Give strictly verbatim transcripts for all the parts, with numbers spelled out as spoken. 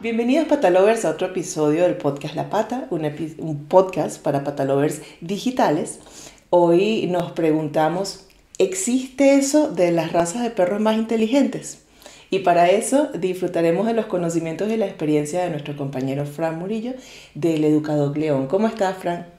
Bienvenidos Patalovers a otro episodio del podcast La Pata, un, epi- un podcast para patalovers digitales. Hoy nos preguntamos, ¿existe eso de las razas de perros más inteligentes? Y para eso disfrutaremos de los conocimientos y la experiencia de nuestro compañero Fran Murillo del Educador León. ¿Cómo estás, Fran?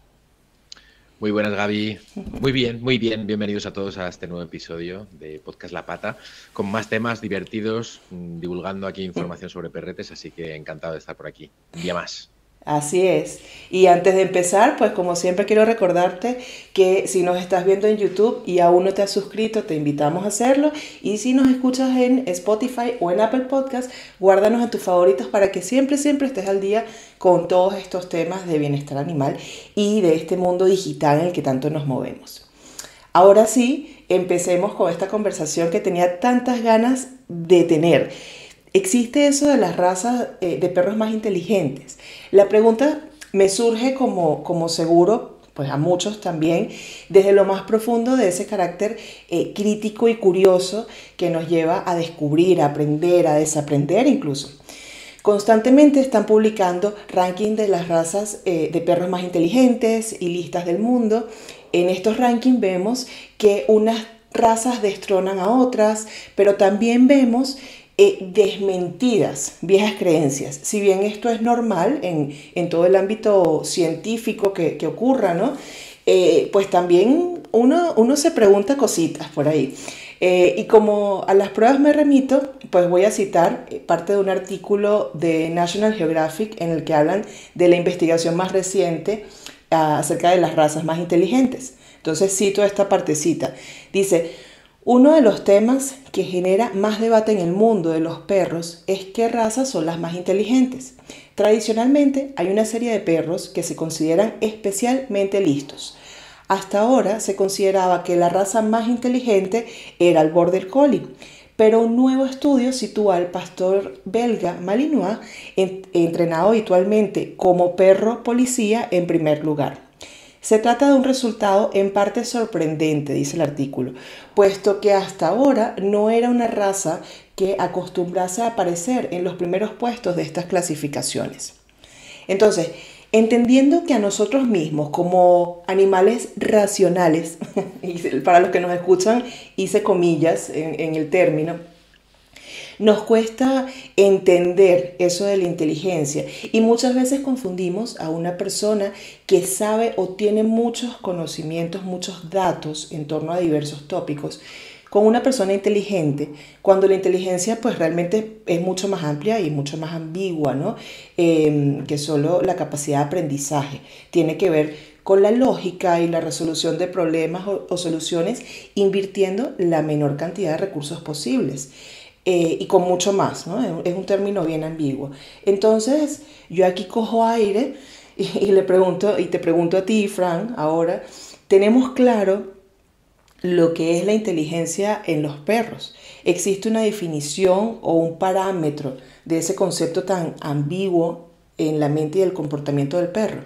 Muy buenas, Gaby. Muy bien, muy bien. Bienvenidos a todos a este nuevo episodio de Podcast La Pata, con más temas divertidos, mm, divulgando aquí información sobre perretes, así que encantado de estar por aquí. Un día más. Así es. Y antes de empezar, pues como siempre quiero recordarte que si nos estás viendo en YouTube y aún no te has suscrito, te invitamos a hacerlo. Y si nos escuchas en Spotify o en Apple Podcast, guárdanos en tus favoritos para que siempre, siempre estés al día con todos estos temas de bienestar animal y de este mundo digital en el que tanto nos movemos. Ahora sí, empecemos con esta conversación que tenía tantas ganas de tener. ¿Existe eso de las razas eh, de perros más inteligentes? La pregunta me surge como, como seguro, pues a muchos también, desde lo más profundo de ese carácter eh, crítico y curioso que nos lleva a descubrir, a aprender, a desaprender incluso. Constantemente están publicando rankings de las razas eh, de perros más inteligentes y listas del mundo. En estos rankings vemos que unas razas destronan a otras, pero también vemos eh, desmentidas, viejas creencias. Si bien esto es normal en, en todo el ámbito científico que, que ocurra, ¿no? Eh, pues también uno, uno se pregunta cositas por ahí. Eh, y como a las pruebas me remito, pues voy a citar parte de un artículo de National Geographic en el que hablan de la investigación más reciente uh, acerca de las razas más inteligentes. Entonces cito esta partecita. Dice, uno de los temas que genera más debate en el mundo de los perros es qué razas son las más inteligentes. Tradicionalmente hay una serie de perros que se consideran especialmente listos. Hasta ahora se consideraba que la raza más inteligente era el Border Collie, pero un nuevo estudio sitúa al pastor belga Malinois, en, entrenado habitualmente como perro policía, en primer lugar. Se trata de un resultado en parte sorprendente, dice el artículo, puesto que hasta ahora no era una raza que acostumbrase a aparecer en los primeros puestos de estas clasificaciones. Entonces, entendiendo que a nosotros mismos, como animales racionales, y para los que nos escuchan hice comillas en, en el término, nos cuesta entender eso de la inteligencia y muchas veces confundimos a una persona que sabe o tiene muchos conocimientos, muchos datos en torno a diversos tópicos, con una persona inteligente, cuando la inteligencia pues realmente es mucho más amplia y mucho más ambigua, ¿no? Eh, que solo la capacidad de aprendizaje. Tiene que ver con la lógica y la resolución de problemas o, o soluciones, invirtiendo la menor cantidad de recursos posibles. Eh, y con mucho más, ¿no? Es un término bien ambiguo. Entonces, yo aquí cojo aire y, y le pregunto, y te pregunto a ti, Fran, ahora, ¿tenemos claro lo que es la inteligencia en los perros? ¿Existe una definición o un parámetro de ese concepto tan ambiguo en la mente y el comportamiento del perro?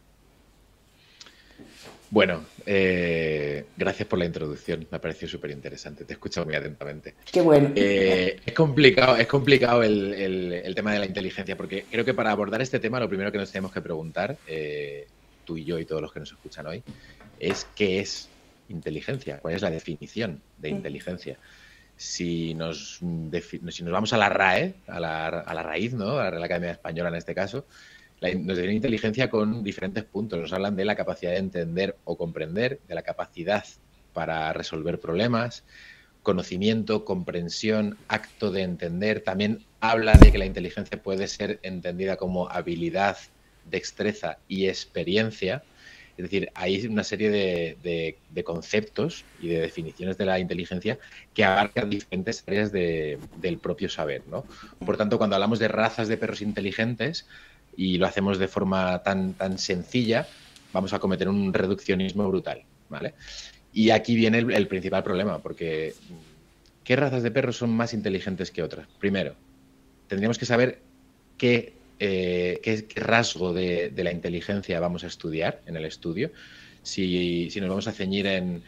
Bueno, eh, gracias por la introducción. Me ha parecido súper interesante. Te he escuchado muy atentamente. Qué bueno. Eh, es complicado, es complicado el, el, el tema de la inteligencia, porque creo que para abordar este tema lo primero que nos tenemos que preguntar, eh, tú y yo y todos los que nos escuchan hoy, es ¿qué es inteligencia? ¿Cuál es la definición de inteligencia? Si nos, si nos vamos a la RAE, a la, a la raíz, ¿no? A la Real Academia Española en este caso, la, nos define inteligencia con diferentes puntos. Nos hablan de la capacidad de entender o comprender, de la capacidad para resolver problemas, conocimiento, comprensión, acto de entender. También habla de que la inteligencia puede ser entendida como habilidad, destreza y experiencia. Es decir, hay una serie de, de, de conceptos y de definiciones de la inteligencia que abarcan diferentes áreas de, del propio saber, ¿no? Por tanto, cuando hablamos de razas de perros inteligentes y lo hacemos de forma tan, tan sencilla, vamos a cometer un reduccionismo brutal, ¿vale? Y aquí viene el, el principal problema, porque ¿qué razas de perros son más inteligentes que otras? Primero, tendríamos que saber qué Eh, ¿qué, qué rasgo de, de la inteligencia vamos a estudiar en el estudio. Si, si nos vamos a ceñir en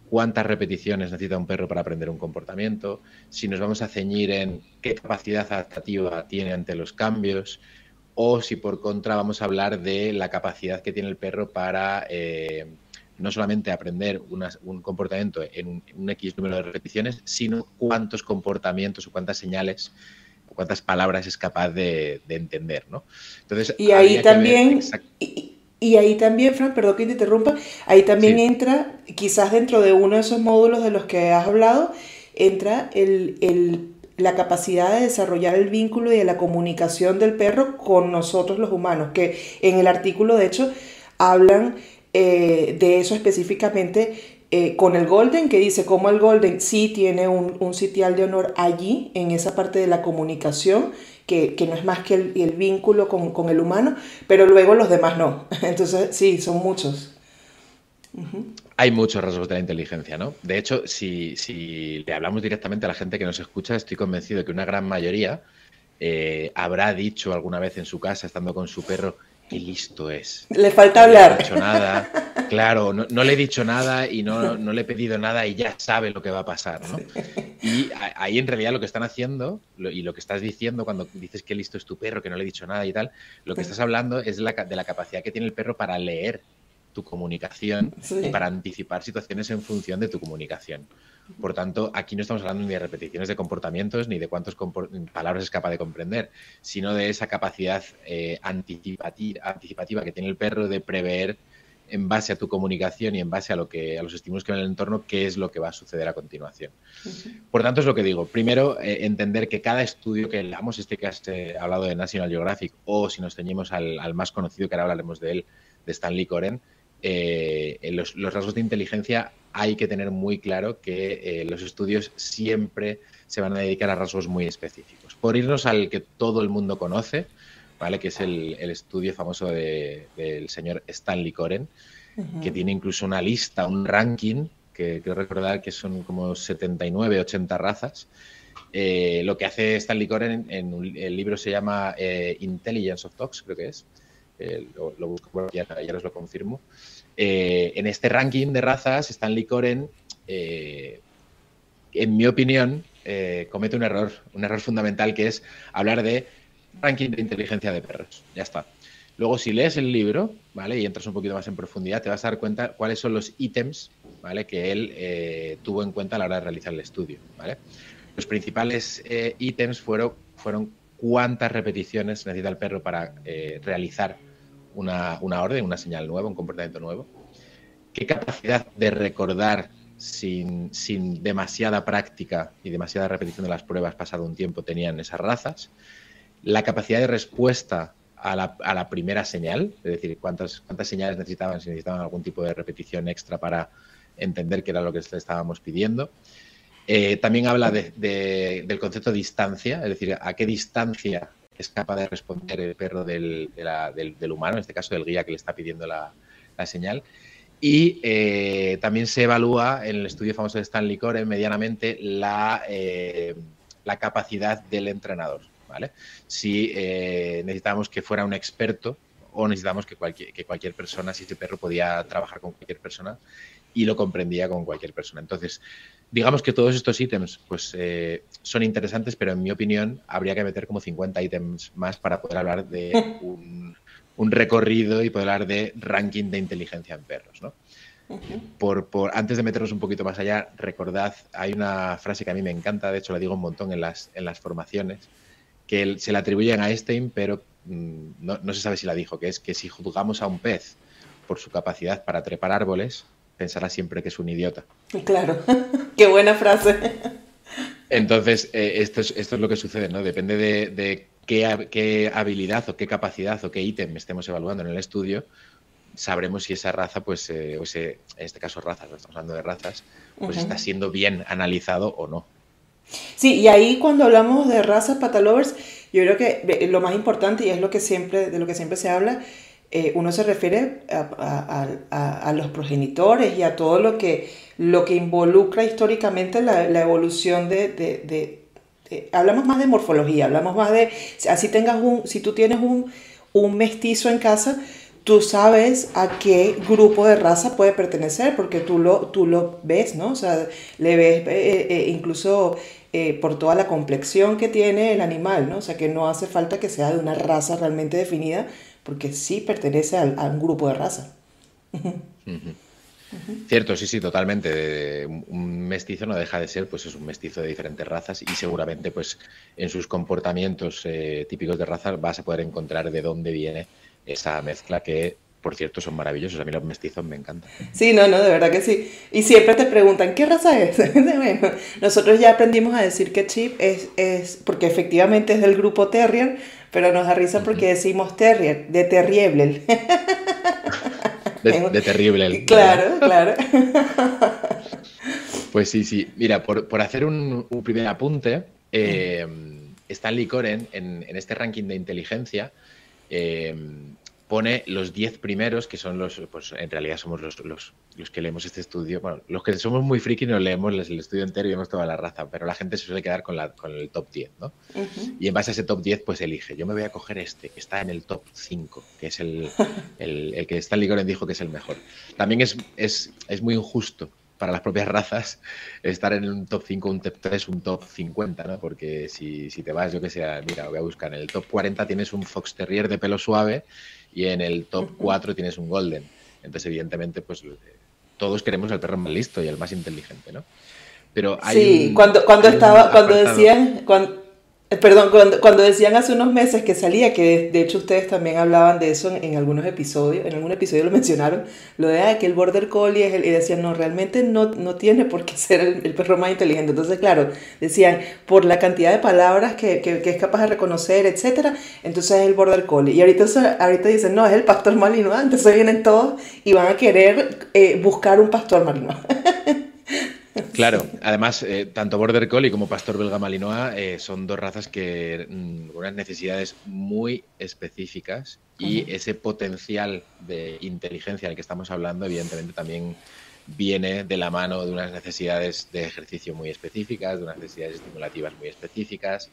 cuántas repeticiones necesita un perro para aprender un comportamiento, si nos vamos a ceñir en qué capacidad adaptativa tiene ante los cambios, o si por contra vamos a hablar de la capacidad que tiene el perro para eh, no solamente aprender una, un comportamiento en un, en un X número de repeticiones, sino cuántos comportamientos o cuántas señales o cuántas palabras es capaz de, de entender, ¿no? Entonces, Y ahí también, y, y ahí también, Fran, perdón que te interrumpa, ahí también sí. entra, quizás dentro de uno de esos módulos de los que has hablado, entra el, el, la capacidad de desarrollar el vínculo y de la comunicación del perro con nosotros los humanos, que en el artículo, de hecho, hablan eh, de eso específicamente. Eh, con el Golden, que dice cómo el Golden sí tiene un, un sitial de honor allí, en esa parte de la comunicación, que, que no es más que el, el vínculo con, con el humano, pero luego los demás no. Entonces, sí, son muchos. Uh-huh. Hay muchos rasgos de la inteligencia, ¿no? De hecho, si, si le hablamos directamente a la gente que nos escucha, estoy convencido de que una gran mayoría eh, habrá dicho alguna vez en su casa, estando con su perro, qué listo es. Le falta no hablar. No le he dicho nada. Claro, no, no le he dicho nada y no, no le he pedido nada y ya sabe lo que va a pasar, ¿no? Y ahí en realidad lo que están haciendo lo, y lo que estás diciendo cuando dices que listo es tu perro, que no le he dicho nada y tal, lo que estás hablando es la, de la capacidad que tiene el perro para leer tu comunicación sí. y para anticipar situaciones en función de tu comunicación. Por tanto, aquí no estamos hablando ni de repeticiones de comportamientos ni de cuántas palabras es capaz de comprender, sino de esa capacidad eh, anticipativa, anticipativa que tiene el perro de prever en base a tu comunicación y en base a lo que a los estímulos que ven en el entorno, qué es lo que va a suceder a continuación. Uh-huh. Por tanto, es lo que digo. Primero, eh, entender que cada estudio que leamos, este que has eh, hablado de National Geographic, o si nos ceñimos al, al más conocido, que ahora hablaremos de él, de Stanley Coren, eh, los, los rasgos de inteligencia hay que tener muy claro que eh, los estudios siempre se van a dedicar a rasgos muy específicos. Por irnos al que todo el mundo conoce, ¿vale? Que es el, el estudio famoso de, del señor Stanley Coren, uh-huh. que tiene incluso una lista, un ranking, que creo recordar que son como setenta y nueve, ochenta razas. Eh, lo que hace Stanley Coren en, en un, el libro se llama eh, Intelligence of Dogs, creo que es. Eh, lo, lo busco por aquí, ya, ya os lo confirmo. Eh, en este ranking de razas, Stanley Coren, eh, en mi opinión, eh, comete un error, un error fundamental, que es hablar de ranking de inteligencia de perros. Ya está. Luego, si lees el libro, ¿vale? Y entras un poquito más en profundidad, te vas a dar cuenta cuáles son los ítems, ¿vale? Que él eh, tuvo en cuenta a la hora de realizar el estudio, ¿vale? Los principales eh, ítems fueron, fueron cuántas repeticiones necesita el perro para eh, realizar una, una orden, una señal nueva, un comportamiento nuevo. Qué capacidad de recordar sin, sin demasiada práctica y demasiada repetición de las pruebas pasado un tiempo tenían esas razas. La capacidad de respuesta a la, a la primera señal, es decir, cuántas, cuántas señales necesitaban, si necesitaban algún tipo de repetición extra para entender qué era lo que les estábamos pidiendo. Eh, también habla de, de, del concepto de distancia, es decir, a qué distancia es capaz de responder el perro del, de la, del, del humano, en este caso del guía que le está pidiendo la, la señal. Y eh, también se evalúa en el estudio famoso de Stanley Coren medianamente la, eh, la capacidad del entrenador, ¿vale? Si eh, necesitábamos que fuera un experto o necesitábamos que cualquier, que cualquier persona, si ese perro podía trabajar con cualquier persona y lo comprendía con cualquier persona. Entonces, digamos que todos estos ítems pues, eh, son interesantes, pero en mi opinión habría que meter como cincuenta ítems más para poder hablar de un, un recorrido y poder hablar de ranking de inteligencia en perros, ¿no? Uh-huh. Por, por, antes de meternos un poquito más allá, recordad, hay una frase que a mí me encanta, de hecho la digo un montón en las, en las formaciones, que él, se la atribuyen a Einstein, pero mmm, no, no se sabe si la dijo, que es que si juzgamos a un pez por su capacidad para trepar árboles, pensará siempre que es un idiota. Claro, qué buena frase. Entonces, eh, esto, es, esto es lo que sucede, ¿no? Depende de, de qué, qué habilidad o qué capacidad o qué ítem estemos evaluando en el estudio, sabremos si esa raza, pues, eh, o ese, en este caso razas, estamos hablando de razas, pues uh-huh. está siendo bien analizado o no. Sí, y ahí cuando hablamos de razas patalovers, yo creo que lo más importante, y es lo que siempre, de lo que siempre se habla, eh, uno se refiere a, a, a, a los progenitores y a todo lo que, lo que involucra históricamente la, la evolución de, de, de, de... Hablamos más de morfología, hablamos más de... Así tengas un... Si tú tienes un, un mestizo en casa, tú sabes a qué grupo de raza puede pertenecer, porque tú lo, tú lo ves, ¿no? O sea, le ves eh, eh, incluso eh, por toda la complexión que tiene el animal, ¿no? O sea, que no hace falta que sea de una raza realmente definida, porque sí pertenece al- a, un grupo de raza. Ujú. Cierto, sí, sí, totalmente. De- Un mestizo no deja de ser, pues es un mestizo de diferentes razas y seguramente, pues en sus comportamientos eh, típicos de razas vas a poder encontrar de dónde viene esa mezcla que, por cierto, son maravillosos. A mí los mestizos me encantan. Sí, no, no, de verdad que sí. Y siempre te preguntan, ¿qué raza es? Bueno, nosotros ya aprendimos a decir que Chip es, es, porque efectivamente es del grupo Terrier, pero nos da risa porque Ujú. decimos Terrier, de Terrible. De, de terrible, ¿verdad? Claro, claro. Pues sí, sí. Mira, por, por hacer un, un primer apunte, eh, Stanley Coren en, en este ranking de inteligencia eh, pone los diez primeros, que son los, pues en realidad somos los, los, los que leemos este estudio. Bueno, los que somos muy friki nos leemos el estudio entero y vemos toda la raza, pero la gente se suele quedar con, la, con el top diez, ¿no? Ujú. Y en base a ese top diez, pues elige. Yo me voy a coger este, que está en el top cinco, que es el, el, el que Stanley Coren dijo que es el mejor. También es, es, es muy injusto para las propias razas estar en un top cinco, un top tres, un top cincuenta, ¿no? Porque si, si te vas, yo que sé, mira, voy a buscar, en el top cuarenta tienes un Fox Terrier de pelo suave y en el top cuatro tienes un Golden. Entonces, evidentemente, pues todos queremos el perro más listo y el más inteligente, ¿no? Pero hay Sí, un, cuando, cuando hay un estaba, cuando apartado. decían, cuando, eh, perdón, cuando, cuando decían hace unos meses que salía, que de, de hecho ustedes también hablaban de eso en, en algunos episodios, en algún episodio lo mencionaron, lo de ah, que el Border Collie es el, y decían, no, realmente no, no tiene por qué ser el, el perro más inteligente. Entonces, claro, decían, por la cantidad de palabras que, que, que es capaz de reconocer, etcétera, entonces es el Border Collie. Y ahorita, ahorita dicen, no, es el pastor malinois, entonces vienen todos y van a querer eh, buscar un pastor malinois. Claro, Sí. además, eh, tanto Border Collie como Pastor Belga Malinois eh, son dos razas que mm, con unas necesidades muy específicas y ese potencial de inteligencia del que estamos hablando, evidentemente, también viene de la mano de unas necesidades de ejercicio muy específicas, de unas necesidades estimulativas muy específicas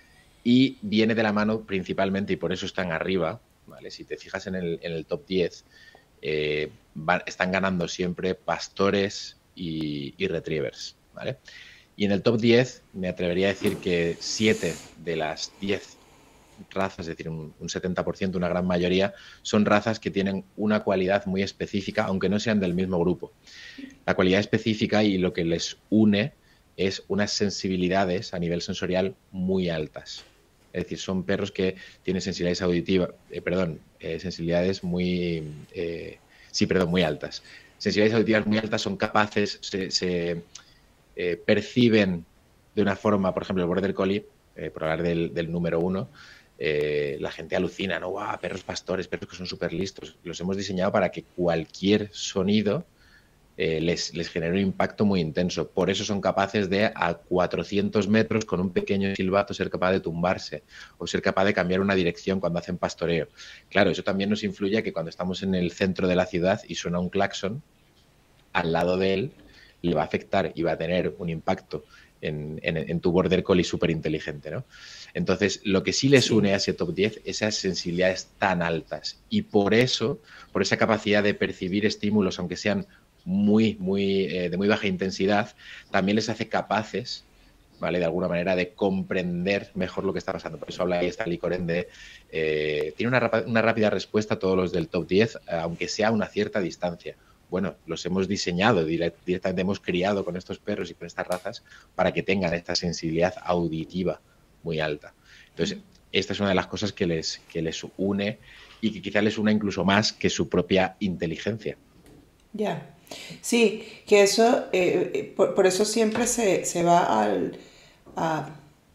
y viene de la mano principalmente, y por eso están arriba, ¿vale? Si te fijas en el, en el top diez, eh, van, están ganando siempre pastores y, y retrievers, ¿vale? Y en el top diez me atrevería a decir que siete de las diez razas, es decir, un, un setenta por ciento, una gran mayoría, son razas que tienen una cualidad muy específica, aunque no sean del mismo grupo. La cualidad específica y lo que les une es unas sensibilidades a nivel sensorial muy altas. Es decir, son perros que tienen sensibilidades auditivas, eh, perdón, eh, sensibilidades muy, eh, sí, perdón, muy altas. Sensibilidades auditivas muy altas, son capaces, se, se eh, perciben de una forma, por ejemplo, el Border Collie, eh, por hablar del, del número uno, eh, la gente alucina, ¿no? ¡Wow! Perros pastores, perros que son súper listos. Los hemos diseñado para que cualquier sonido eh, les, les genera un impacto muy intenso. Por eso son capaces de a cuatrocientos metros con un pequeño silbato ser capaz de tumbarse o ser capaz de cambiar una dirección cuando hacen pastoreo. Claro, eso también nos influye a que cuando estamos en el centro de la ciudad y suena un claxon, al lado de él le va a afectar y va a tener un impacto en, en, en tu Border Collie súper inteligente, ¿no? Entonces, lo que sí les une Sí. a ese top diez, esas sensibilidades tan altas. Y por eso, por esa capacidad de percibir estímulos, aunque sean muy, muy, eh, de muy baja intensidad, también les hace capaces, ¿vale? De alguna manera, de comprender mejor lo que está pasando. Por eso habla ahí Stanley Coren de... Eh, tiene una, una rápida respuesta a todos los del top diez, aunque sea a una cierta distancia. Bueno, los hemos diseñado, directamente hemos criado con estos perros y con estas razas para que tengan esta sensibilidad auditiva muy alta. Entonces, esta es una de las cosas que les, que les une y que quizá les una incluso más que su propia inteligencia. Ya. Sí, que eso, eh, eh, por, por eso siempre se, se va al, a,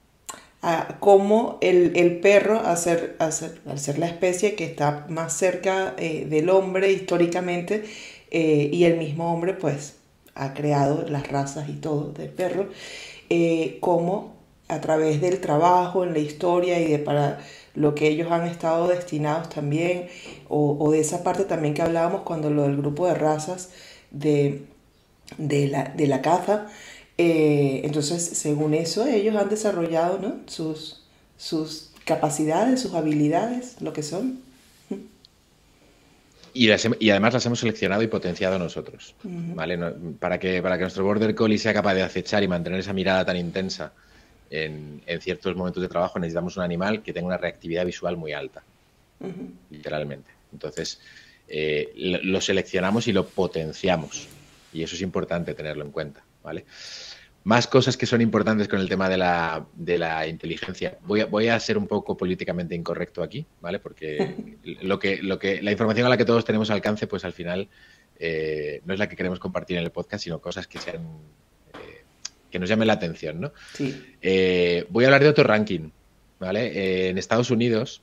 a cómo el, el perro, a ser, a ser- al ser la especie que está más cerca eh, del hombre históricamente, eh, y el mismo hombre pues ha creado las razas y todo del perro, eh, cómo a través del trabajo en la historia y de para lo que ellos han estado destinados también, o, o de esa parte también que hablábamos cuando lo del grupo de razas de, de la, de la caza. Eh, entonces, según eso, ellos han desarrollado, ¿no? sus, sus capacidades, sus habilidades, lo que son. Y, las, y además las hemos seleccionado y potenciado nosotros, uh-huh. ¿vale? No, para, que, para que nuestro Border Collie sea capaz de acechar y mantener esa mirada tan intensa en, en ciertos momentos de trabajo, necesitamos un animal que tenga una reactividad visual muy alta, uh-huh. literalmente. Entonces, eh, lo, lo seleccionamos y lo potenciamos. Y eso es importante tenerlo en cuenta, ¿vale? Más cosas que son importantes con el tema de la, de la inteligencia. Voy a, voy a ser un poco políticamente incorrecto aquí, ¿vale? Porque lo que, lo que, la información a la que todos tenemos alcance, pues al final eh, no es la que queremos compartir en el podcast, sino cosas que sean eh, que nos llamen la atención, ¿no? Sí. Eh, voy a hablar de otro ranking, ¿vale? Eh, en Estados Unidos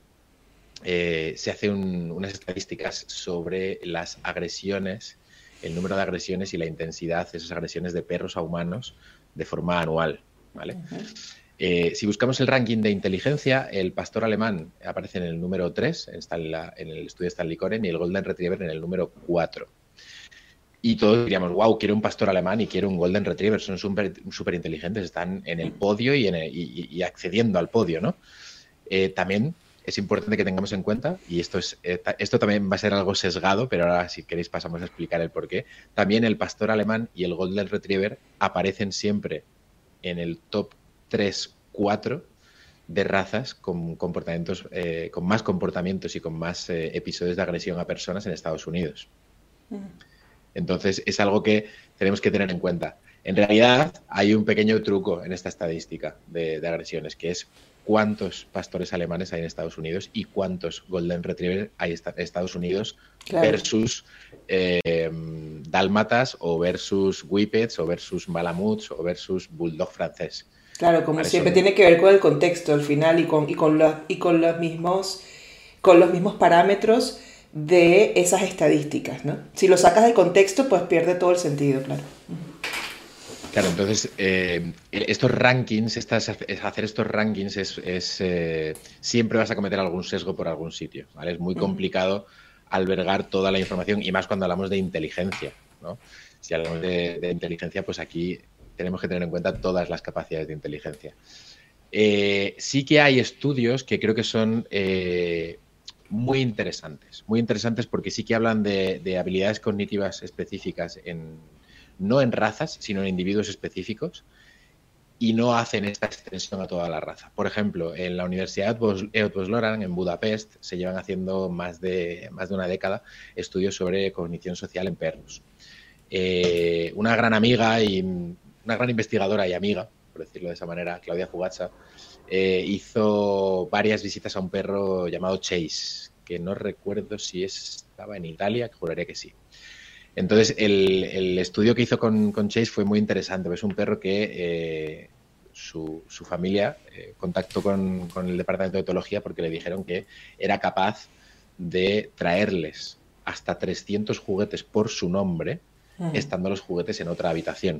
eh, se hacen un, unas estadísticas sobre las agresiones, el número de agresiones y la intensidad de esas agresiones de perros a humanos de forma anual, ¿vale? Uh-huh. eh, si buscamos el ranking de inteligencia, el pastor alemán aparece en el número tres, está en, la, en el estudio de Stanley Coren, y el Golden Retriever en el número cuatro. Y todos diríamos, wow, quiero un pastor alemán y quiero un Golden Retriever, son súper súper inteligentes, están en el podio y, en el, y, y accediendo al podio, ¿no? Eh, también es importante que tengamos en cuenta, y esto, es, eh, esto también va a ser algo sesgado, pero ahora si queréis pasamos a explicar el porqué. También el pastor alemán y el Golden Retriever aparecen siempre en el top tres cuatro de razas con comportamientos, eh, con más comportamientos y con más eh, episodios de agresión a personas en Estados Unidos. Entonces es algo que tenemos que tener en cuenta. En realidad hay un pequeño truco en esta estadística de, de agresiones, que es cuántos pastores alemanes hay en Estados Unidos y cuántos Golden Retriever hay en Estados Unidos, claro, versus eh, dálmatas o versus whippets o versus malamuts o versus bulldog francés. Claro, como vale, siempre son... tiene que ver con el contexto al final y con, y con, los, y con, los, mismos, con los mismos parámetros de esas estadísticas, ¿no? Si lo sacas del contexto, pues pierde todo el sentido, claro. Claro, entonces eh, estos rankings, estas, hacer estos rankings es, es eh, siempre vas a cometer algún sesgo por algún sitio, ¿vale? Es muy complicado albergar toda la información y más cuando hablamos de inteligencia, ¿no? Si hablamos de, de inteligencia, pues aquí tenemos que tener en cuenta todas las capacidades de inteligencia. Eh, sí que hay estudios que creo que son eh, muy interesantes, muy interesantes porque sí que hablan de, de habilidades cognitivas específicas en... no en razas, sino en individuos específicos, y no hacen esta extensión a toda la raza. Por ejemplo, en la Universidad Eötvös Loránd, en Budapest, se llevan haciendo más de, más de una década estudios sobre cognición social en perros. Eh, una gran amiga y una gran investigadora y amiga, por decirlo de esa manera, Claudia Fugazza, eh, hizo varias visitas a un perro llamado Chase, que no recuerdo si estaba en Italia, que juraría que sí. Entonces, el, el estudio que hizo con, con Chase fue muy interesante. Es un perro que eh, su, su familia eh, contactó con, con el departamento de etología porque le dijeron que era capaz de traerles hasta trescientos juguetes por su nombre, uh-huh. estando los juguetes en otra habitación.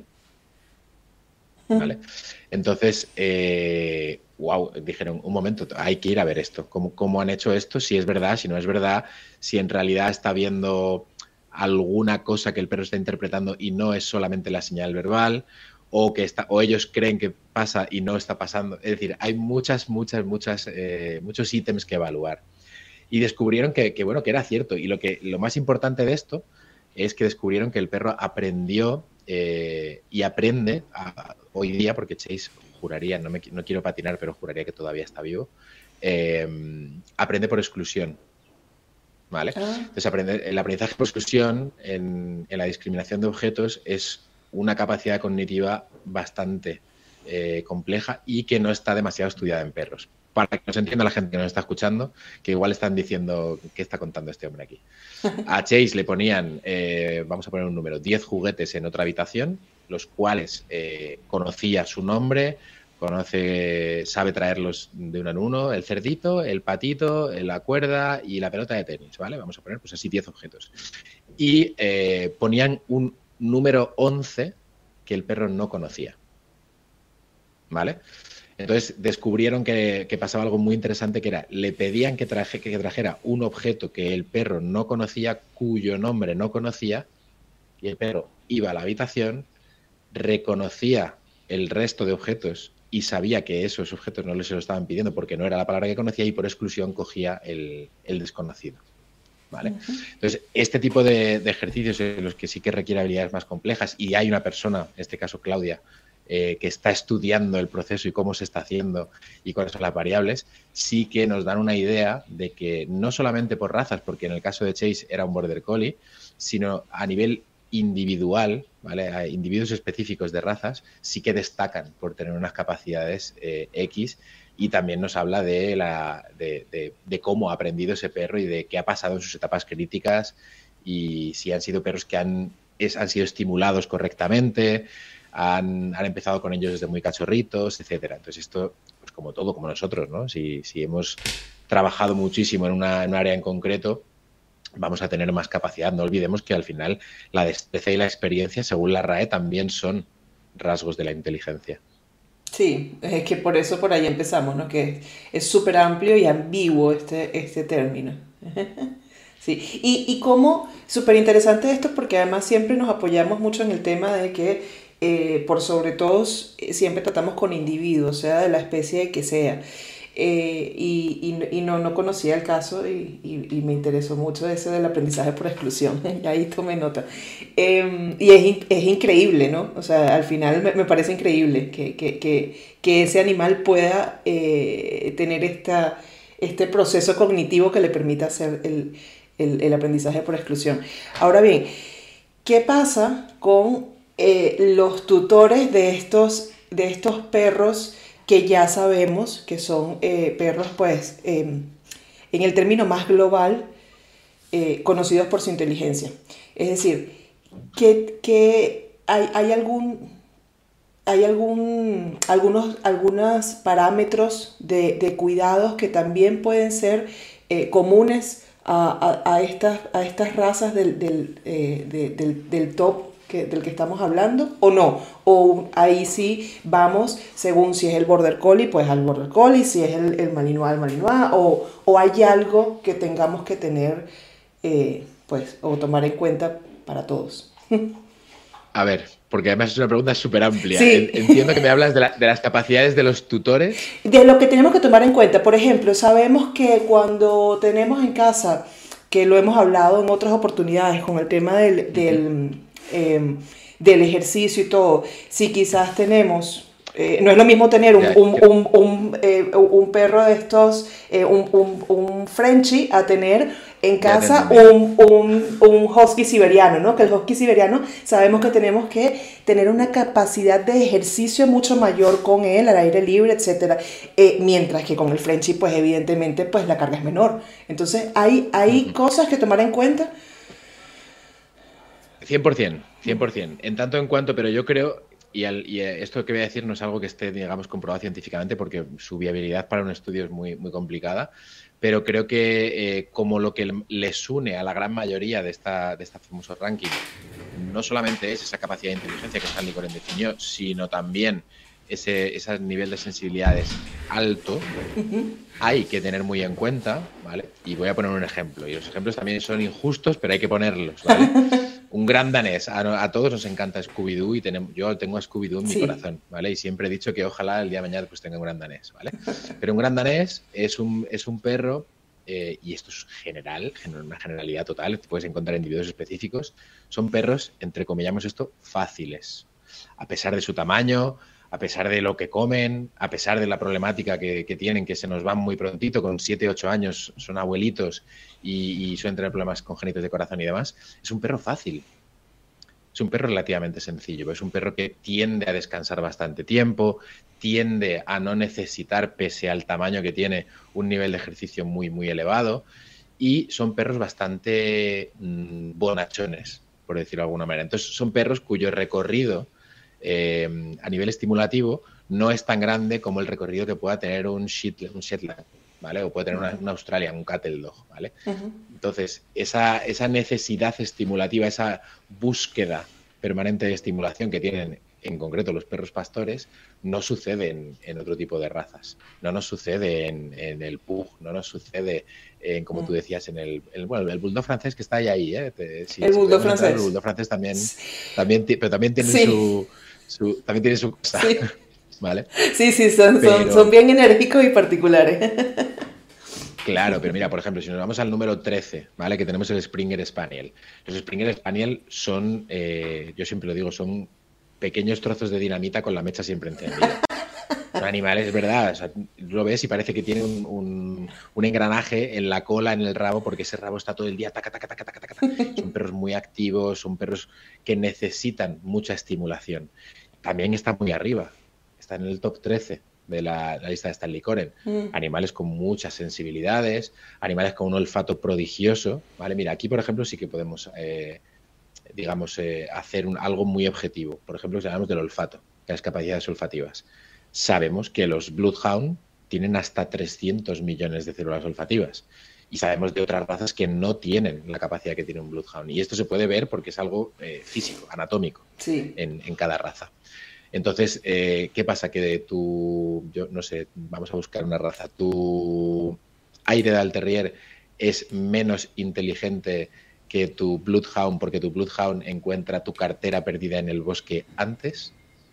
¿Vale? Entonces, eh, wow, dijeron, un momento, hay que ir a ver esto. ¿Cómo, cómo han hecho esto? Si es verdad, si no es verdad, si en realidad está viendo alguna cosa que el perro está interpretando y no es solamente la señal verbal, o que está, o ellos creen que pasa y no está pasando. Es decir, hay muchas, muchas, muchas, eh, muchos ítems que evaluar. Y descubrieron que, que, bueno, que era cierto. Y lo que lo más importante de esto es que descubrieron que el perro aprendió eh, y aprende a, hoy día, porque Chase juraría, no, me, no quiero patinar, pero juraría que todavía está vivo, eh, aprende por exclusión. ¿Vale? Ah. Entonces, aprender, el aprendizaje por exclusión en, en la discriminación de objetos es una capacidad cognitiva bastante eh, compleja y que no está demasiado estudiada en perros. Para que nos entienda la gente que nos está escuchando, que igual están diciendo qué está contando este hombre aquí. A Chase le ponían, eh, vamos a poner un número, diez juguetes en otra habitación, los cuales eh, conocía su nombre, conoce, sabe traerlos de uno en uno, el cerdito, el patito, la cuerda y la pelota de tenis, ¿vale? Vamos a poner pues así diez objetos. Y eh, ponían un número once que el perro no conocía, ¿vale? Entonces descubrieron que, que pasaba algo muy interesante, que era, le pedían que, traje, que trajera un objeto que el perro no conocía, cuyo nombre no conocía, y el perro iba a la habitación, reconocía el resto de objetos y sabía que esos objetos no les se lo estaban pidiendo porque no era la palabra que conocía y por exclusión cogía el, el desconocido. ¿vale? Entonces, este tipo de, de ejercicios en los que sí que requiere habilidades más complejas y hay una persona, en este caso Claudia, eh, que está estudiando el proceso y cómo se está haciendo y cuáles son las variables, sí que nos dan una idea de que no solamente por razas, porque en el caso de Chase era un Border Collie, sino a nivel individual, ¿vale? A individuos específicos de razas sí que destacan por tener unas capacidades eh, X. Y también nos habla de, la, de, de, de cómo ha aprendido ese perro y de qué ha pasado en sus etapas críticas y si han sido perros que han, es, han sido estimulados correctamente, han, han empezado con ellos desde muy cachorritos, etcétera. Entonces esto, pues como todo, como nosotros, ¿no? Si, si hemos trabajado muchísimo en, una, en un área en concreto, vamos a tener más capacidad. No olvidemos que al final la destreza y la experiencia, según la R A E, también son rasgos de la inteligencia. Sí, es que por eso por ahí empezamos, ¿no? Que es súper amplio y ambiguo este, este término. Sí, y, y como súper interesante esto porque además siempre nos apoyamos mucho en el tema de que eh, por sobre todo eh, siempre tratamos con individuos, sea de la especie que sea. Eh, y, y, y no, no conocía el caso y, y, y me interesó mucho ese del aprendizaje por exclusión. Y ahí tomé nota. Eh, y es, es increíble, ¿no? O sea, al final me, me parece increíble que, que, que, que ese animal pueda eh, tener esta, este proceso cognitivo que le permita hacer el, el, el aprendizaje por exclusión. Ahora bien, ¿qué pasa con eh, los tutores de estos, de estos perros que ya sabemos que son eh, perros, pues, eh, en el término más global, eh, conocidos por su inteligencia? Es decir, que, que hay, hay algún... Hay algún, algunos, algunos parámetros de, de cuidados que también pueden ser eh, comunes a, a, a, estas, a estas razas del, del, eh, de, del, del top que, del que estamos hablando, o no, o ahí sí vamos según si es el Border Collie, pues al Border Collie, si es el, el Malinois, al Malinois, o, o hay algo que tengamos que tener, eh, pues, o tomar en cuenta para todos. A ver, porque además es una pregunta súper amplia. Sí. Entiendo que me hablas de, la, de las capacidades de los tutores. De lo que tenemos que tomar en cuenta. Por ejemplo, sabemos que cuando tenemos en casa, que lo hemos hablado en otras oportunidades con el tema del, del, uh-huh. eh, del ejercicio y todo, si quizás tenemos... Eh, no es lo mismo tener un, un, un, un, eh, un perro de estos, eh, un, un, un Frenchie, a tener en casa un, un, un husky siberiano, ¿no? Que el husky siberiano sabemos que tenemos que tener una capacidad de ejercicio mucho mayor con él, al aire libre, etcétera. Eh, mientras que con el Frenchie, pues evidentemente, pues la carga es menor. Entonces, hay, hay uh-huh. cosas que tomar en cuenta. cien por ciento, cien por ciento. En tanto en cuanto, pero yo creo... Y, al, y esto que voy a decir no es algo que esté, digamos, comprobado científicamente porque su viabilidad para un estudio es muy, muy complicada, pero creo que eh, como lo que les une a la gran mayoría de esta, de esta famoso ranking no solamente es esa capacidad de inteligencia que Stanley Coren definió, sino también ese, ese nivel de sensibilidades alto, uh-huh. hay que tener muy en cuenta, ¿vale? Y voy a poner un ejemplo, y los ejemplos también son injustos, pero hay que ponerlos, ¿vale? Un gran danés, a, a todos nos encanta Scooby-Doo y tenemos, yo tengo a Scooby-Doo en sí. mi corazón, ¿vale? Y siempre he dicho que ojalá el día de mañana pues tenga un gran danés, ¿vale? Pero un gran danés es un, es un perro, eh, y esto es general, una generalidad total, te puedes encontrar individuos específicos, son perros, entre comillamos esto, fáciles, a pesar de su tamaño, a pesar de lo que comen, a pesar de la problemática que, que tienen, que se nos van muy prontito, con siete, ocho años, son abuelitos y, y suelen tener problemas congénitos de corazón y demás, es un perro fácil. Es un perro relativamente sencillo, es un perro que tiende a descansar bastante tiempo, tiende a no necesitar, pese al tamaño que tiene, un nivel de ejercicio muy, muy elevado, y son perros bastante mmm, bonachones, por decirlo de alguna manera. Entonces, son perros cuyo recorrido Eh, a nivel estimulativo no es tan grande como el recorrido que pueda tener un Shetland, un Shetland, ¿vale? O puede tener una, una Australian, un Cattle Dog, ¿vale? Uh-huh. Entonces, esa, esa necesidad estimulativa, esa búsqueda permanente de estimulación que tienen en concreto los perros pastores, no sucede en, en otro tipo de razas. No nos sucede en, en el Pug, no nos sucede en, como tú decías, en el, el bueno, el Bulldog francés, que está ahí, ahí ¿eh? Te, si, el si Bulldog francés. El Bulldog francés también, también, pero también tiene sí. su... Su, también tiene su cosa, sí. ¿vale? Sí, sí, son, pero, son, son bien enérgicos y particulares. Claro, pero mira, por ejemplo, si nos vamos al número trece, ¿vale? Que tenemos el Springer Spaniel. Los Springer Spaniel son, eh, yo siempre lo digo, son pequeños trozos de dinamita con la mecha siempre encendida. Son animales, es verdad, o sea, lo ves y parece que tiene un, un, un engranaje en la cola, en el rabo, porque ese rabo está todo el día taca, taca, taca, taca, taca, taca. Son perros muy activos, son perros que necesitan mucha estimulación. También está muy arriba, está en el top trece de la, la lista de Stanley Coren. Mm. Animales con muchas sensibilidades, animales con un olfato prodigioso, ¿vale? Mira, aquí, por ejemplo, sí que podemos, eh, digamos, eh, hacer un, algo muy objetivo. Por ejemplo, si hablamos del olfato, de las capacidades olfativas. Sabemos que los Bloodhound tienen hasta trescientos millones de células olfativas y sabemos de otras razas que no tienen la capacidad que tiene un Bloodhound. Y esto se puede ver porque es algo eh, físico, anatómico, sí. en, en cada raza. Entonces, eh, ¿qué pasa? Que de tu, yo no sé, vamos a buscar una raza, tu Airedale Terrier es menos inteligente que tu Bloodhound porque tu Bloodhound encuentra tu cartera perdida en el bosque antes.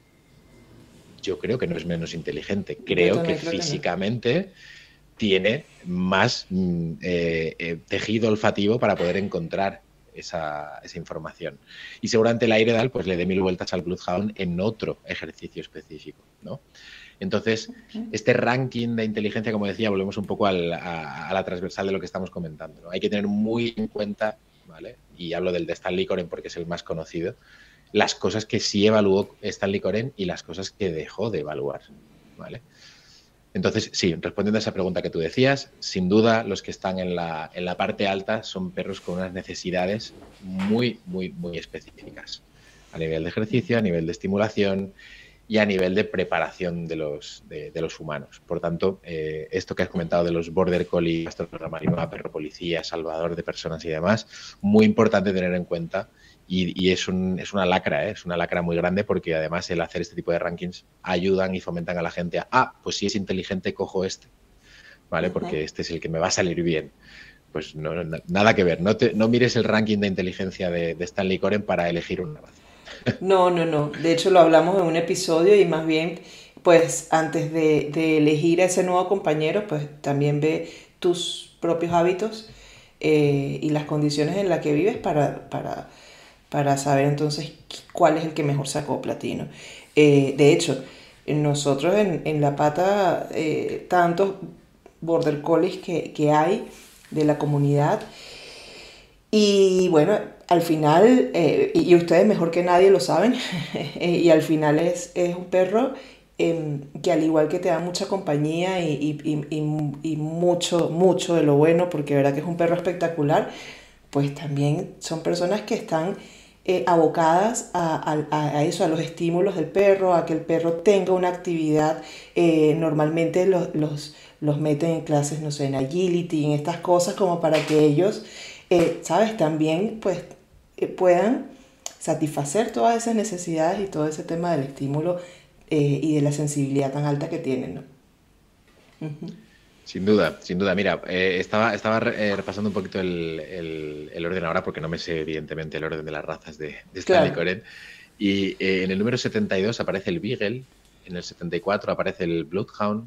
Yo creo que no es menos inteligente. Creo que creo físicamente que no. Tiene más eh, eh, tejido olfativo para poder encontrar esa, esa información. Y seguramente el Airedale pues le dé mil vueltas al Bloodhound en otro ejercicio específico, ¿no? Entonces, okay. Este ranking de inteligencia, como decía, volvemos un poco al, a, a la transversal de lo que estamos comentando, ¿no? Hay que tener muy en cuenta, ¿vale? Y hablo del de Stanley Coren porque es el más conocido, las cosas que sí evaluó Stanley Coren y las cosas que dejó de evaluar, ¿vale? Entonces, sí, respondiendo a esa pregunta que tú decías, sin duda los que están en la, en la parte alta son perros con unas necesidades muy, muy, muy específicas. A nivel de ejercicio, a nivel de estimulación y a nivel de preparación de los, de, de los humanos. Por tanto, eh, esto que has comentado de los Border Collie, Pastor Malinois, perro policía, salvador de personas y demás, muy importante tener en cuenta. Y, y es, un, es una lacra, ¿eh? Es una lacra muy grande porque además el hacer este tipo de rankings ayudan y fomentan a la gente a, ah, pues si es inteligente cojo este, ¿vale? Porque este es el que me va a salir bien. Pues no, no, nada que ver, no, te, no mires el ranking de inteligencia de, de Stanley Coren para elegir una raza. No, no, no, de hecho lo hablamos en un episodio y más bien, pues antes de, de elegir a ese nuevo compañero, pues también ve tus propios hábitos eh, y las condiciones en las que vives para... para para saber entonces cuál es el que mejor se acopla a ti, ¿no? Eh, de hecho, nosotros en, en La Pata, eh, tantos border collies que, que hay de la comunidad, y bueno, al final, eh, y, y ustedes mejor que nadie lo saben, y al final es, es un perro eh, que al igual que te da mucha compañía y, y, y, y mucho, mucho de lo bueno, porque de verdad que es un perro espectacular, pues también son personas que están eh, abocadas a, a, a eso, a los estímulos del perro, a que el perro tenga una actividad. Eh, normalmente los, los, los meten en clases, no sé, en agility, en estas cosas, como para que ellos, eh, ¿sabes? También pues eh, puedan satisfacer todas esas necesidades y todo ese tema del estímulo eh, y de la sensibilidad tan alta que tienen, ¿no? Uh-huh. Sin duda, sin duda. Mira, eh, estaba, estaba eh, repasando un poquito el, el, el orden ahora porque no me sé evidentemente el orden de las razas de, de Stanley claro. Coren. Y eh, en el número setenta y dos aparece el Beagle, en el setenta y cuatro aparece el Bloodhound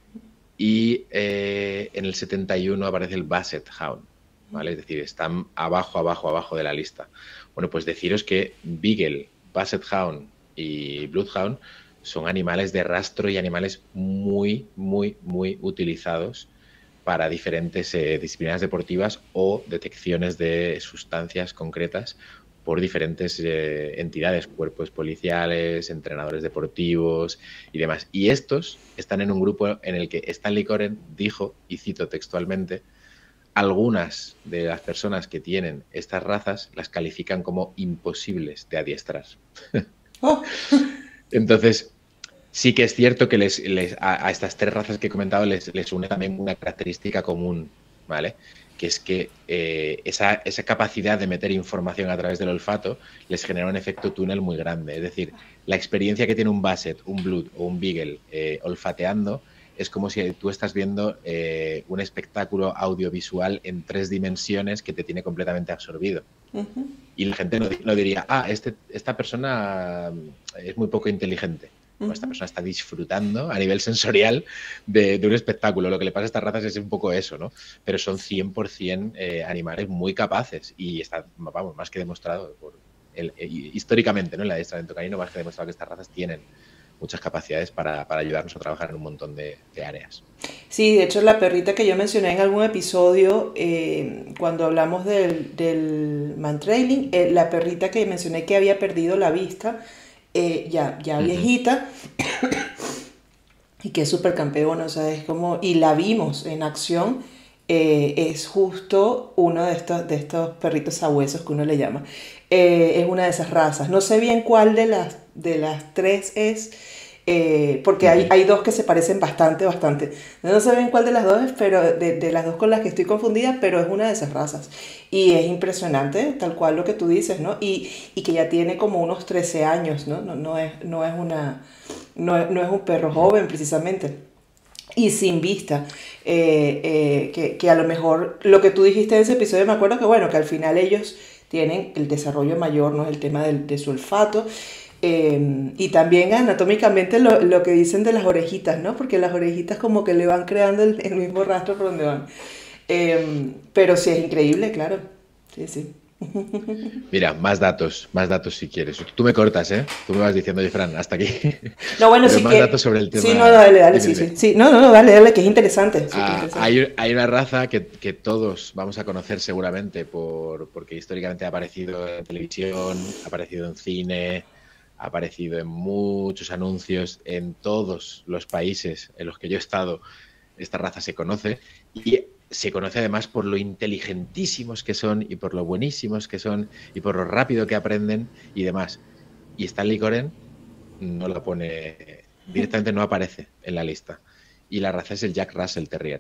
y eh, en el setenta y uno aparece el Basset Hound, ¿vale? Es decir, están abajo, abajo, abajo de la lista. Bueno, pues deciros que Beagle, Basset Hound y Bloodhound son animales de rastro y animales muy, muy, muy utilizados para diferentes eh, disciplinas deportivas o detecciones de sustancias concretas por diferentes eh, entidades, cuerpos policiales, entrenadores deportivos y demás. Y estos están en un grupo en el que Stanley Coren dijo, y cito textualmente, algunas de las personas que tienen estas razas las califican como imposibles de adiestrar. Oh. Entonces, sí que es cierto que les, les, a, a estas tres razas que he comentado les, les une también una característica común, ¿vale? Que es que eh, esa, esa capacidad de meter información a través del olfato les genera un efecto túnel muy grande. Es decir, la experiencia que tiene un Basset, un Blood o un Beagle eh, olfateando es como si tú estás viendo eh, un espectáculo audiovisual en tres dimensiones que te tiene completamente absorbido. Uh-huh. Y la gente no, no diría, ah, este, esta persona es muy poco inteligente. Uh-huh. Esta persona está disfrutando a nivel sensorial de, de un espectáculo. Lo que le pasa a estas razas es un poco eso, ¿no? Pero son cien por ciento eh, animales muy capaces y está, vamos, más que demostrado por el, el, históricamente, ¿no? En el adiestramiento canino, más que demostrado que estas razas tienen muchas capacidades para, para ayudarnos a trabajar en un montón de, de áreas. Sí, de hecho la perrita que yo mencioné en algún episodio, eh, cuando hablamos del, del mantrailing, eh, la perrita que mencioné que había perdido la vista, eh, ya, ya uh-huh. viejita, y que es súper campeona, o sea, es como, y la vimos en acción, eh, es justo uno de estos, de estos perritos sabuesos que uno le llama, eh, es una de esas razas. No sé bien cuál de las, de las tres es, eh, porque hay, hay dos que se parecen bastante, bastante. No sé bien cuál de las dos es, pero de, de las dos con las que estoy confundida, pero es una de esas razas. Y es impresionante, tal cual lo que tú dices, ¿no? Y, y que ya tiene como unos trece años, ¿no? No, no, es, no, es una, no, no es un perro joven, precisamente. Y sin vista, eh, eh, que, que a lo mejor lo que tú dijiste en ese episodio, me acuerdo que bueno, que al final ellos tienen el desarrollo mayor, ¿no? El tema del, de su olfato, eh, y también anatómicamente lo, lo que dicen de las orejitas, ¿no? Porque las orejitas como que le van creando el, el mismo rastro por donde van. Eh, pero sí es increíble, claro, sí, sí. Mira, más datos, más datos si quieres. Tú me cortas, ¿eh? Tú me vas diciendo, oye, Fran, hasta aquí. No, bueno, sí más que... datos sobre el tema. Sí, no, dale, dale, sí, sí, sí. No, no, no, dale, dale, que es interesante. Ah, interesante. Hay, hay una raza que, que todos vamos a conocer seguramente por, porque históricamente ha aparecido en televisión, ha aparecido en cine, ha aparecido en muchos anuncios en todos los países en los que yo he estado. Esta raza se conoce y se conoce además por lo inteligentísimos que son y por lo buenísimos que son y por lo rápido que aprenden y demás. Y Stanley Coren no lo pone, directamente no aparece en la lista. Y la raza es el Jack Russell Terrier,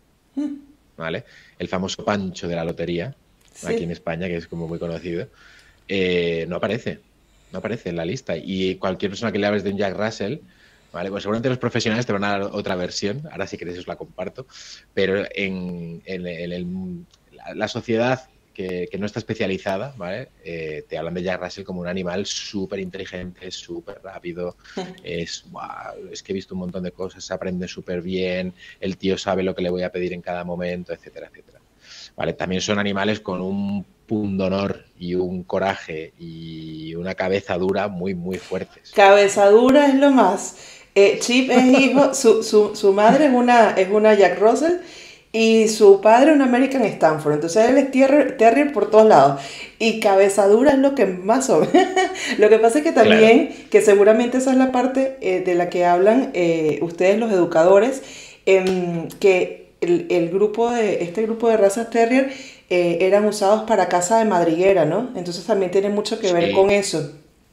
¿vale? El famoso Pancho de la lotería, sí. Aquí en España, que es como muy conocido, eh, no aparece, no aparece en la lista. Y cualquier persona que le hables de un Jack Russell, vale, pues seguramente los profesionales te van a dar otra versión, ahora si queréis os la comparto, pero en, en, en el, la sociedad que, que no está especializada, ¿vale? Eh, te hablan de Jack Russell como un animal súper inteligente, súper rápido, es, wow, es que he visto un montón de cosas, se aprende súper bien, el tío sabe lo que le voy a pedir en cada momento, etcétera, etcétera. Vale, también son animales con un pundonor y un coraje y una cabeza dura muy, muy fuertes. Cabeza dura es lo más. Eh, Chip es hijo, su, su, su madre es una, es una Jack Russell y su padre un American Stanford. Entonces él es terrier, terrier por todos lados. Y cabeza dura es lo que más son. Lo que pasa es que también, claro, que seguramente esa es la parte eh, de la que hablan eh, ustedes los educadores, eh, que el, el grupo de, este grupo de razas terrier eh, eran usados para caza de madriguera, ¿no? Entonces también tiene mucho que ver sí. con eso.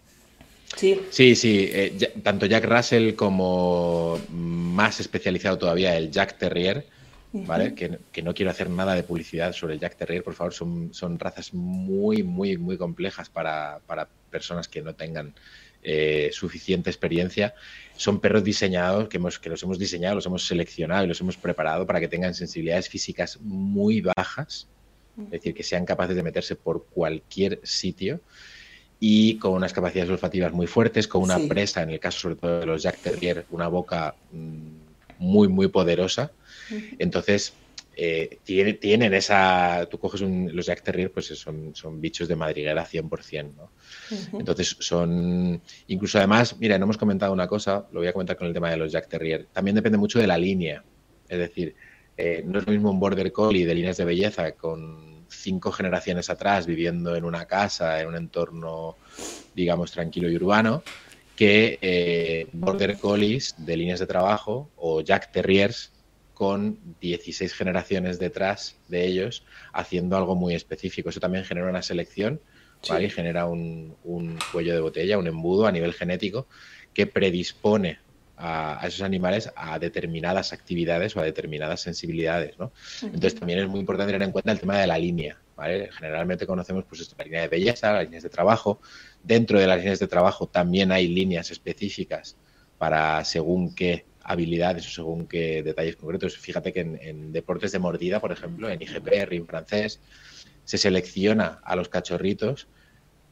Sí, sí, sí. Eh, ya, tanto Jack Russell como más especializado todavía el Jack Terrier, ¿vale? Uh-huh. Que, que no quiero hacer nada de publicidad sobre el Jack Terrier, por favor, son, son razas muy, muy, muy complejas para, para personas que no tengan eh, suficiente experiencia. Son perros diseñados, que, hemos, que los hemos diseñado, los hemos seleccionado y los hemos preparado para que tengan sensibilidades físicas muy bajas, uh-huh. es decir, que sean capaces de meterse por cualquier sitio y con unas capacidades olfativas muy fuertes, con una sí. presa, en el caso sobre todo de los Jack Terrier, una boca muy, muy poderosa. Entonces, eh, tiene, tienen esa... Tú coges un, los Jack Terrier, pues son, son bichos de madriguera cien por ciento, ¿no? Uh-huh. Entonces, son... Incluso además, mira, no hemos comentado una cosa, lo voy a comentar con el tema de los Jack Terrier. También depende mucho de la línea. Es decir, eh, no es lo mismo un Border Collie de líneas de belleza con cinco generaciones atrás viviendo en una casa, en un entorno, digamos, tranquilo y urbano, que eh, Border Collies de líneas de trabajo o Jack Terriers con dieciséis generaciones detrás de ellos haciendo algo muy específico. Eso también genera una selección, ¿vale? Sí. Y genera un, un cuello de botella, un embudo a nivel genético que predispone a, a esos animales a determinadas actividades o a determinadas sensibilidades, ¿no? Uh-huh. Entonces también es muy importante tener en cuenta el tema de la línea, ¿vale? Generalmente conocemos pues esto, la línea de belleza, las líneas de trabajo. Dentro de las líneas de trabajo también hay líneas específicas para según qué habilidades o según qué detalles concretos. Fíjate que en, en deportes de mordida, por ejemplo, en I G P, ring francés, se selecciona a los cachorritos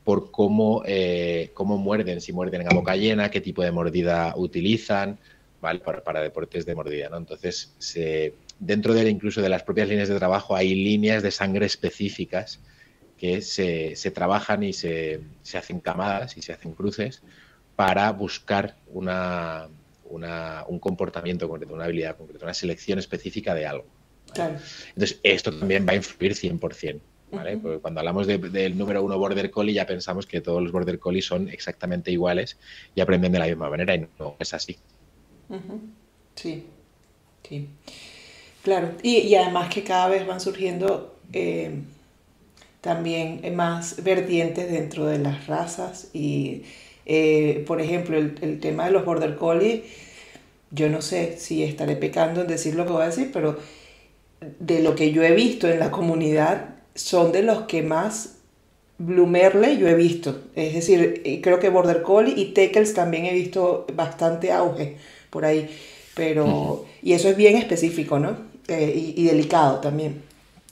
por cómo, eh, cómo muerden, si muerden a boca llena, qué tipo de mordida utilizan, ¿vale? Para, para deportes de mordida, ¿no? Entonces, se, dentro de incluso de las propias líneas de trabajo hay líneas de sangre específicas que se, se trabajan y se, se hacen camadas y se hacen cruces para buscar una, una, un comportamiento concreto, una habilidad concreta, una selección específica de algo. ¿Vale? Claro. Entonces, esto también va a influir cien por ciento. ¿Vale? Uh-huh. Porque cuando hablamos de, del número uno Border Collie ya pensamos que todos los Border Collie son exactamente iguales y aprenden de la misma manera y no es así. Uh-huh. Sí, sí. Claro, y, y además que cada vez van surgiendo eh, también más vertientes dentro de las razas y, eh, por ejemplo, el, el tema de los Border Collie, yo no sé si estaré pecando en decir lo que voy a decir, pero de lo que yo he visto en la comunidad, son de los que más Blue Merle yo he visto. Es decir, creo que Border Collie y Teckels también he visto bastante auge por ahí. Pero, uh-huh. Y eso es bien específico, ¿no? Eh, y, y delicado también.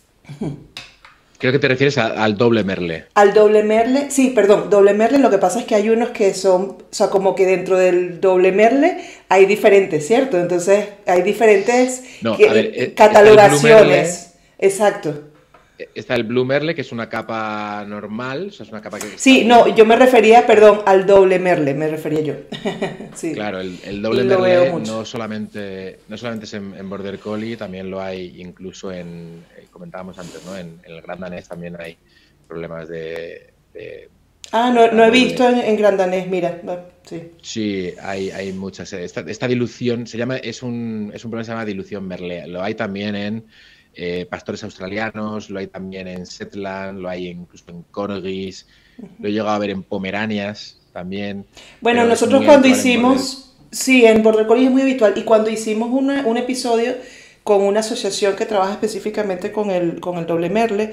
Creo que te refieres a, al doble Merle. Al doble Merle, sí, perdón, doble Merle, lo que pasa es que hay unos que son, o sea, como que dentro del doble Merle hay diferentes, ¿cierto? Entonces hay diferentes no, que, a ver, catalogaciones. Exacto. Está el Blue Merle, que es una capa normal, o sea, es una capa que... Sí, no, yo me refería, perdón, al doble Merle, me refería yo. Sí. Claro, el, el doble Merle no solamente, no solamente es en, en Border Collie, también lo hay incluso en, eh, comentábamos antes, ¿no? En, en el Gran Danés también hay problemas de... de ah, no, no he visto en, en Gran Danés, mira, no, sí. Sí, hay, hay muchas. Esta, esta dilución, se llama, es un, es un problema que se llama dilución Merle. Lo hay también en... Eh, pastores australianos, lo hay también en Shetland, lo hay incluso en Corgis, uh-huh. Lo he llegado a ver en Pomeranias también. Bueno, nosotros cuando hicimos, en sí, en Border Collie es muy habitual, y cuando hicimos una, un episodio con una asociación que trabaja específicamente con el, con el doble Merle,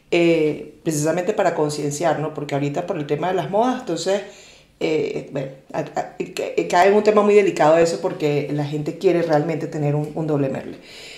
eh, precisamente para concienciar, ¿no? Porque ahorita por el tema de las modas, entonces, eh, bueno, a, a, cae en un tema muy delicado eso porque la gente quiere realmente tener un, un doble Merle.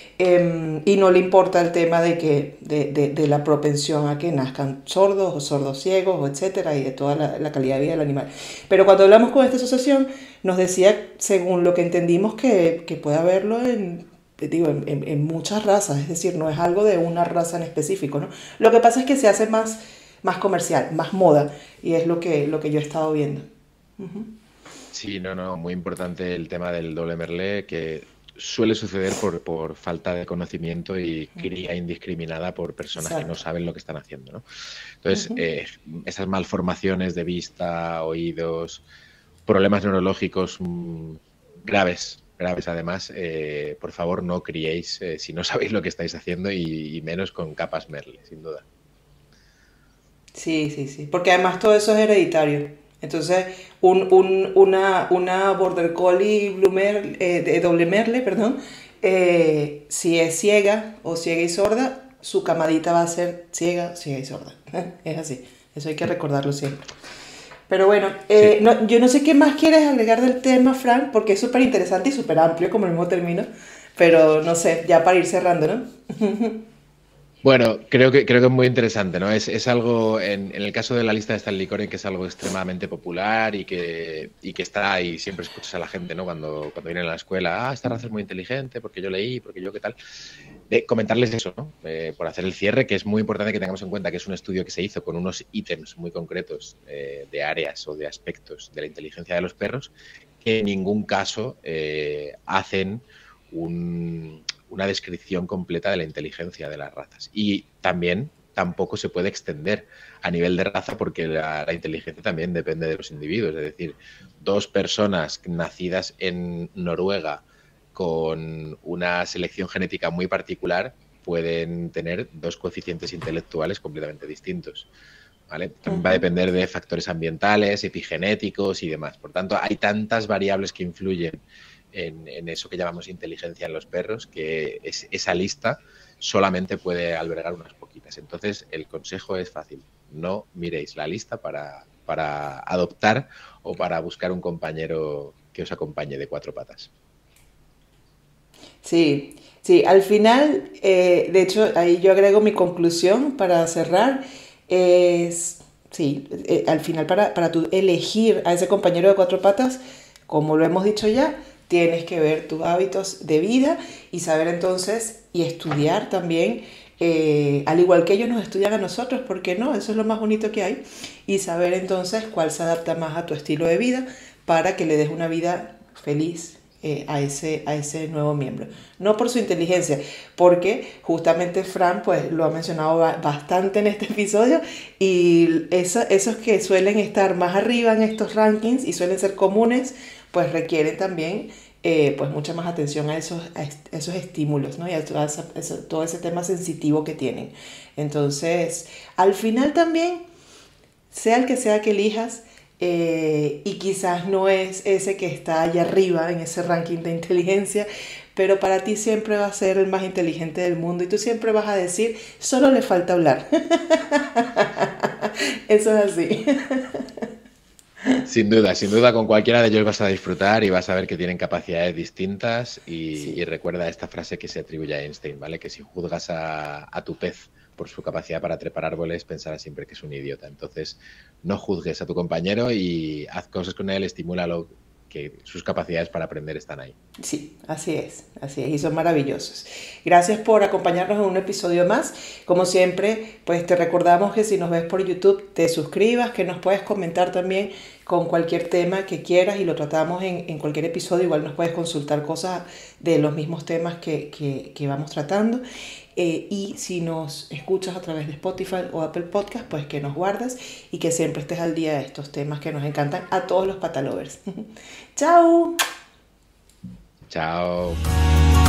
Eh, y no le importa el tema de que de, de, de la propensión a que nazcan sordos o sordos ciegos, etcétera, y de toda la, la calidad de vida del animal. Pero cuando hablamos con esta asociación, nos decía, según lo que entendimos, que, que puede haberlo en, digo, en, en, en muchas razas, es decir, no es algo de una raza en específico, ¿no? Lo que pasa es que se hace más, más comercial, más moda, y es lo que, lo que yo he estado viendo. Uh-huh. Sí, no, no, muy importante el tema del doble Merle, que suele suceder por, por falta de conocimiento y cría indiscriminada por personas Exacto. Que no saben lo que están haciendo, ¿no? Entonces, uh-huh. eh, esas malformaciones de vista, oídos, problemas neurológicos mmm, graves, graves además, eh, por favor no criéis eh, si no sabéis lo que estáis haciendo y, y menos con capas Merle, sin duda. Sí, sí, sí, porque además todo eso es hereditario. Entonces, un, un, una, una Border Collie Blue Merle, eh, de doble Merle, perdón, eh, si es ciega o ciega y sorda, su camadita va a ser ciega, ciega y sorda. Es así, eso hay que recordarlo siempre. Pero bueno, eh, sí. no, yo no sé qué más quieres agregar del tema, Fran, porque es súper interesante y súper amplio, como el mismo término, pero no sé, ya para ir cerrando, ¿no? Bueno, creo que, creo que es muy interesante, ¿no? Es, es algo, en, en el caso de la lista de Stanley Coren, que es algo extremadamente popular y que, y que está ahí, siempre escuchas a la gente, ¿no? Cuando, cuando vienen a la escuela, ah, esta raza es muy inteligente, porque yo leí, porque yo qué tal. De comentarles eso, ¿no? Eh, por hacer el cierre, que es muy importante que tengamos en cuenta que es un estudio que se hizo con unos ítems muy concretos eh, de áreas o de aspectos de la inteligencia de los perros, que en ningún caso eh, hacen un... una descripción completa de la inteligencia de las razas. Y también tampoco se puede extender a nivel de raza porque la, la inteligencia también depende de los individuos. Es decir, dos personas nacidas en Noruega con una selección genética muy particular pueden tener dos coeficientes intelectuales completamente distintos. ¿Vale? También va a depender de factores ambientales, epigenéticos y demás. Por tanto, hay tantas variables que influyen En, en eso que llamamos inteligencia en los perros, que es, esa lista solamente puede albergar unas poquitas. Entonces, el consejo es fácil. No miréis la lista para, para adoptar o para buscar un compañero que os acompañe de cuatro patas. Sí, sí. Al final, eh, de hecho, ahí yo agrego mi conclusión para cerrar. Es, Sí, eh, al final para, para tú elegir a ese compañero de cuatro patas, como lo hemos dicho ya, tienes que ver tus hábitos de vida y saber entonces y estudiar también, eh, al igual que ellos nos estudian a nosotros, porque no, eso es lo más bonito que hay, y saber entonces cuál se adapta más a tu estilo de vida para que le des una vida feliz eh, a, ese, a ese nuevo miembro. No por su inteligencia, porque justamente Fran pues lo ha mencionado bastante en este episodio, y eso, esos que suelen estar más arriba en estos rankings y suelen ser comunes, pues requieren también eh, pues mucha más atención a esos, a esos estímulos, ¿no? Y a todo, esa, eso, todo ese tema sensitivo que tienen. Entonces, al final también, sea el que sea que elijas, eh, y quizás no es ese que está allá arriba en ese ranking de inteligencia, pero para ti siempre va a ser el más inteligente del mundo y tú siempre vas a decir, solo le falta hablar. Eso es así. Sin duda, sin duda, con cualquiera de ellos vas a disfrutar y vas a ver que tienen capacidades distintas y, sí. y recuerda esta frase que se atribuye a Einstein, ¿vale? Que si juzgas a, a tu pez por su capacidad para trepar árboles, pensarás siempre que es un idiota. Entonces, no juzgues a tu compañero y haz cosas con él, estimúlalo, que sus capacidades para aprender están ahí. Sí, así es, así es, y son maravillosos. Gracias por acompañarnos en un episodio más. Como siempre, pues te recordamos que si nos ves por YouTube, te suscribas, que nos puedes comentar también con cualquier tema que quieras y lo tratamos en, en cualquier episodio. Igual nos puedes consultar cosas de los mismos temas que, que, que vamos tratando. Eh, y si nos escuchas a través de Spotify o Apple Podcast, pues que nos guardes y que siempre estés al día de estos temas que nos encantan a todos los patalovers. ¡Chao! Chao.